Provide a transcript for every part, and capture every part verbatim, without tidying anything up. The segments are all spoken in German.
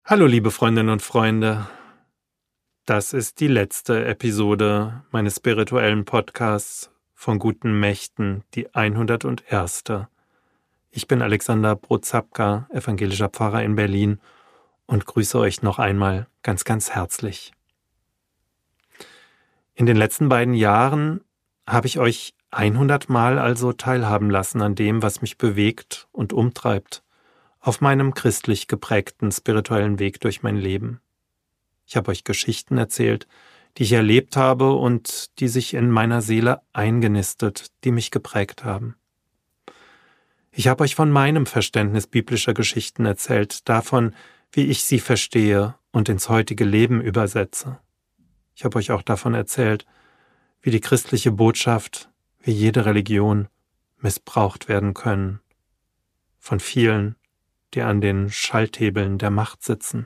Hallo liebe Freundinnen und Freunde, das ist die letzte Episode meines spirituellen Podcasts von guten Mächten, die hunderterste. Ich bin Alexander Brozapka, evangelischer Pfarrer in Berlin und grüße euch noch einmal ganz, ganz herzlich. In den letzten beiden Jahren habe ich euch hundert Mal also teilhaben lassen an dem, was mich bewegt und umtreibt, auf meinem christlich geprägten spirituellen Weg durch mein Leben. Ich habe euch Geschichten erzählt, die ich erlebt habe und die sich in meiner Seele eingenistet, die mich geprägt haben. Ich habe euch von meinem Verständnis biblischer Geschichten erzählt, davon, wie ich sie verstehe und ins heutige Leben übersetze. Ich habe euch auch davon erzählt, wie die christliche Botschaft, wie jede Religion, missbraucht werden können, von vielen, die an den Schalthebeln der Macht sitzen.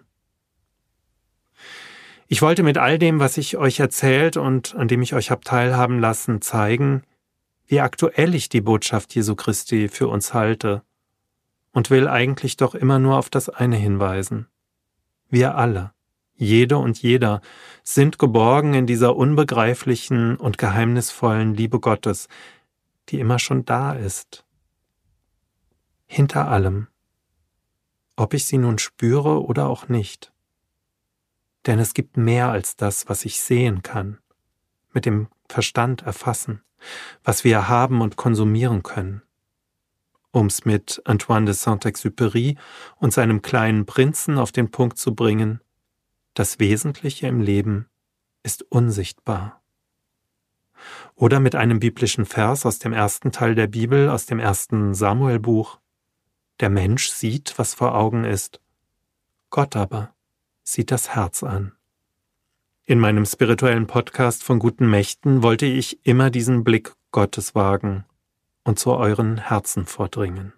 Ich wollte mit all dem, was ich euch erzählt und an dem ich euch habe teilhaben lassen, zeigen, wie aktuell ich die Botschaft Jesu Christi für uns halte und will eigentlich doch immer nur auf das eine hinweisen. Wir alle, jede und jeder, sind geborgen in dieser unbegreiflichen und geheimnisvollen Liebe Gottes, die immer schon da ist. Hinter allem, ob ich sie nun spüre oder auch nicht. Denn es gibt mehr als das, was ich sehen kann, mit dem Verstand erfassen, was wir haben und konsumieren können. Um's mit Antoine de Saint-Exupéry und seinem kleinen Prinzen auf den Punkt zu bringen, das Wesentliche im Leben ist unsichtbar. Oder mit einem biblischen Vers aus dem ersten Teil der Bibel, aus dem ersten Samuel-Buch: Der Mensch sieht, was vor Augen ist, Gott aber sieht das Herz an. In meinem spirituellen Podcast von guten Mächten wollte ich immer diesen Blick Gottes wagen und zu euren Herzen vordringen.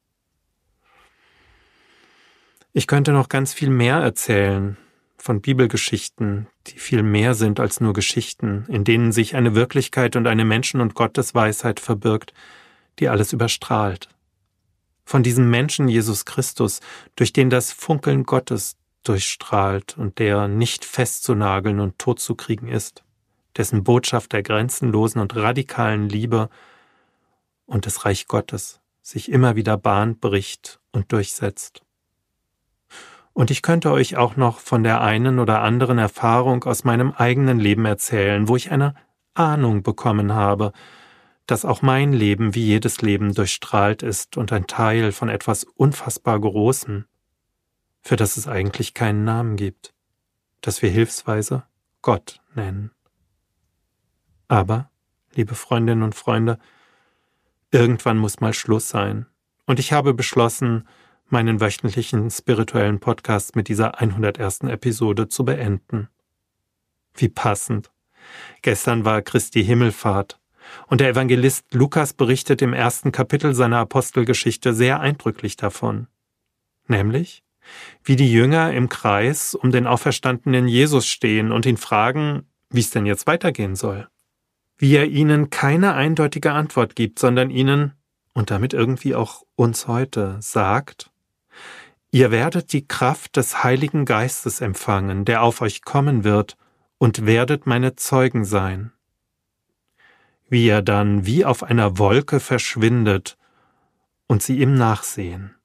Ich könnte noch ganz viel mehr erzählen von Bibelgeschichten, die viel mehr sind als nur Geschichten, in denen sich eine Wirklichkeit und eine Menschen- und Gottesweisheit verbirgt, die alles überstrahlt. Von diesem Menschen Jesus Christus, durch den das Funkeln Gottes durchstrahlt und der nicht festzunageln und totzukriegen ist, dessen Botschaft der grenzenlosen und radikalen Liebe und des Reich Gottes sich immer wieder Bahn bricht und durchsetzt. Und ich könnte euch auch noch von der einen oder anderen Erfahrung aus meinem eigenen Leben erzählen, wo ich eine Ahnung bekommen habe, dass auch mein Leben wie jedes Leben durchstrahlt ist und ein Teil von etwas unfassbar Großem, für das es eigentlich keinen Namen gibt, das wir hilfsweise Gott nennen. Aber, liebe Freundinnen und Freunde, irgendwann muss mal Schluss sein, und ich habe beschlossen, meinen wöchentlichen spirituellen Podcast mit dieser hundertersten Episode zu beenden. Wie passend. Gestern war Christi Himmelfahrt. Und der Evangelist Lukas berichtet im ersten Kapitel seiner Apostelgeschichte sehr eindrücklich davon. Nämlich, wie die Jünger im Kreis um den auferstandenen Jesus stehen und ihn fragen, wie es denn jetzt weitergehen soll. Wie er ihnen keine eindeutige Antwort gibt, sondern ihnen, und damit irgendwie auch uns heute, sagt: Ihr werdet die Kraft des Heiligen Geistes empfangen, der auf euch kommen wird, und werdet meine Zeugen sein. Wie er dann wie auf einer Wolke verschwindet und sie ihm nachsehen.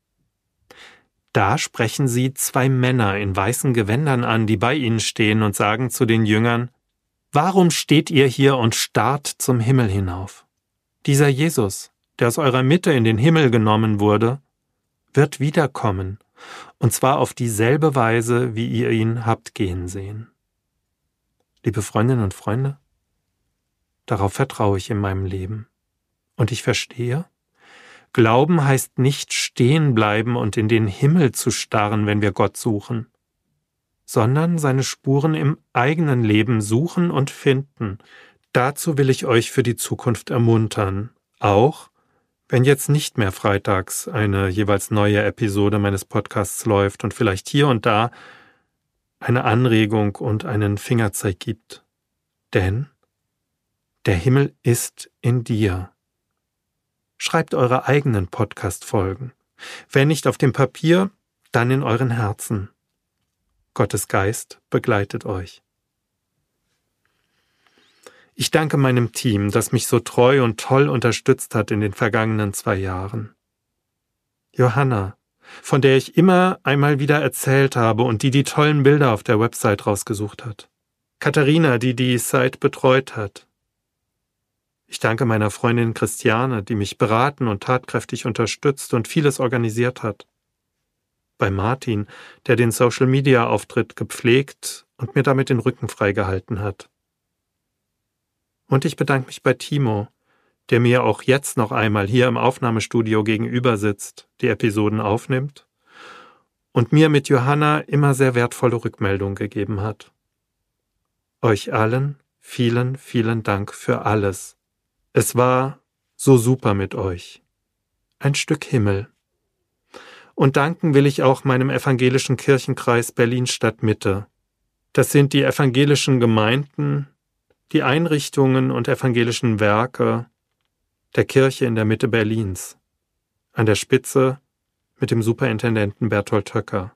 Da sprechen sie zwei Männer in weißen Gewändern an, die bei ihnen stehen, und sagen zu den Jüngern: Warum steht ihr hier und starrt zum Himmel hinauf? Dieser Jesus, der aus eurer Mitte in den Himmel genommen wurde, wird wiederkommen, und zwar auf dieselbe Weise, wie ihr ihn habt gehen sehen. Liebe Freundinnen und Freunde, darauf vertraue ich in meinem Leben. Und ich verstehe, Glauben heißt nicht stehen bleiben und in den Himmel zu starren, wenn wir Gott suchen, sondern seine Spuren im eigenen Leben suchen und finden. Dazu will ich euch für die Zukunft ermuntern, auch wenn jetzt nicht mehr freitags eine jeweils neue Episode meines Podcasts läuft und vielleicht hier und da eine Anregung und einen Fingerzeig gibt. Denn der Himmel ist in dir. Schreibt eure eigenen Podcast-Folgen. Wenn nicht auf dem Papier, dann in euren Herzen. Gottes Geist begleitet euch. Ich danke meinem Team, das mich so treu und toll unterstützt hat in den vergangenen zwei Jahren. Johanna, von der ich immer einmal wieder erzählt habe und die die tollen Bilder auf der Website rausgesucht hat. Katharina, die die Site betreut hat. Ich danke meiner Freundin Christiane, die mich beraten und tatkräftig unterstützt und vieles organisiert hat. Bei Martin, der den Social-Media-Auftritt gepflegt und mir damit den Rücken freigehalten hat. Und ich bedanke mich bei Timo, der mir auch jetzt noch einmal hier im Aufnahmestudio gegenüber sitzt, die Episoden aufnimmt und mir mit Johanna immer sehr wertvolle Rückmeldungen gegeben hat. Euch allen vielen, vielen Dank für alles. Es war so super mit euch. Ein Stück Himmel. Und danken will ich auch meinem evangelischen Kirchenkreis Berlin Stadtmitte. Das sind die evangelischen Gemeinden, die Einrichtungen und evangelischen Werke der Kirche in der Mitte Berlins. An der Spitze mit dem Superintendenten Berthold Höcker.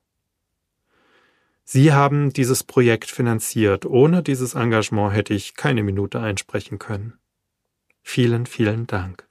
Sie haben dieses Projekt finanziert. Ohne dieses Engagement hätte ich keine Minute einsprechen können. Vielen, vielen Dank.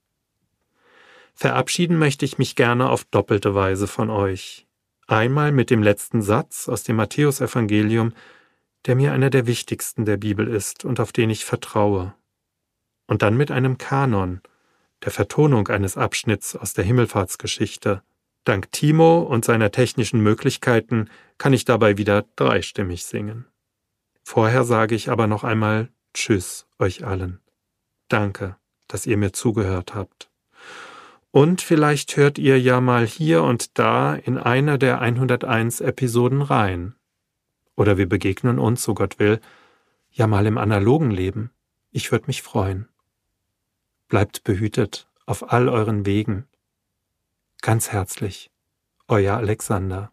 Verabschieden möchte ich mich gerne auf doppelte Weise von euch. Einmal mit dem letzten Satz aus dem Matthäusevangelium, der mir einer der wichtigsten der Bibel ist und auf den ich vertraue. Und dann mit einem Kanon, der Vertonung eines Abschnitts aus der Himmelfahrtsgeschichte. Dank Timo und seiner technischen Möglichkeiten kann ich dabei wieder dreistimmig singen. Vorher sage ich aber noch einmal Tschüss euch allen. Danke, dass ihr mir zugehört habt. Und vielleicht hört ihr ja mal hier und da in einer der hunderteins Episoden rein. Oder wir begegnen uns, so Gott will, ja mal im analogen Leben. Ich würde mich freuen. Bleibt behütet auf all euren Wegen. Ganz herzlich, euer Alexander.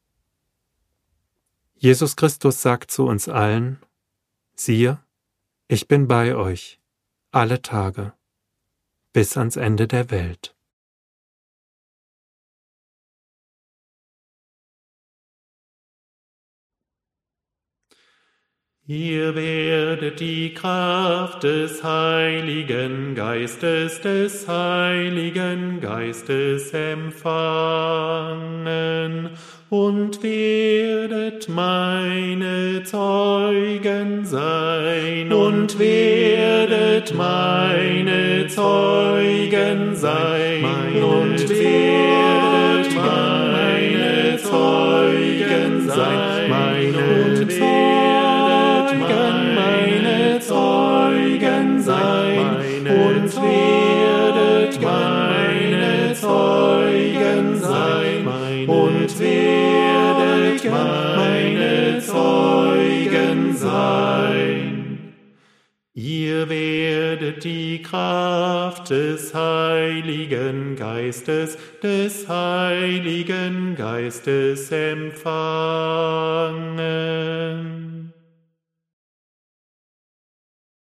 Jesus Christus sagt zu uns allen, siehe, ich bin bei euch, alle Tage, bis ans Ende der Welt. Ihr werdet die Kraft des Heiligen Geistes, des Heiligen Geistes empfangen und werdet meine Zeugen sein und werdet meine Zeugen sein und werdet meine Zeugen sein und werdet meine Zeugen sein und werdet meine Zeugen sein und werdet meine Zeugen sein. Ihr werdet die Kraft des Heiligen Geistes, des Heiligen Geistes empfangen.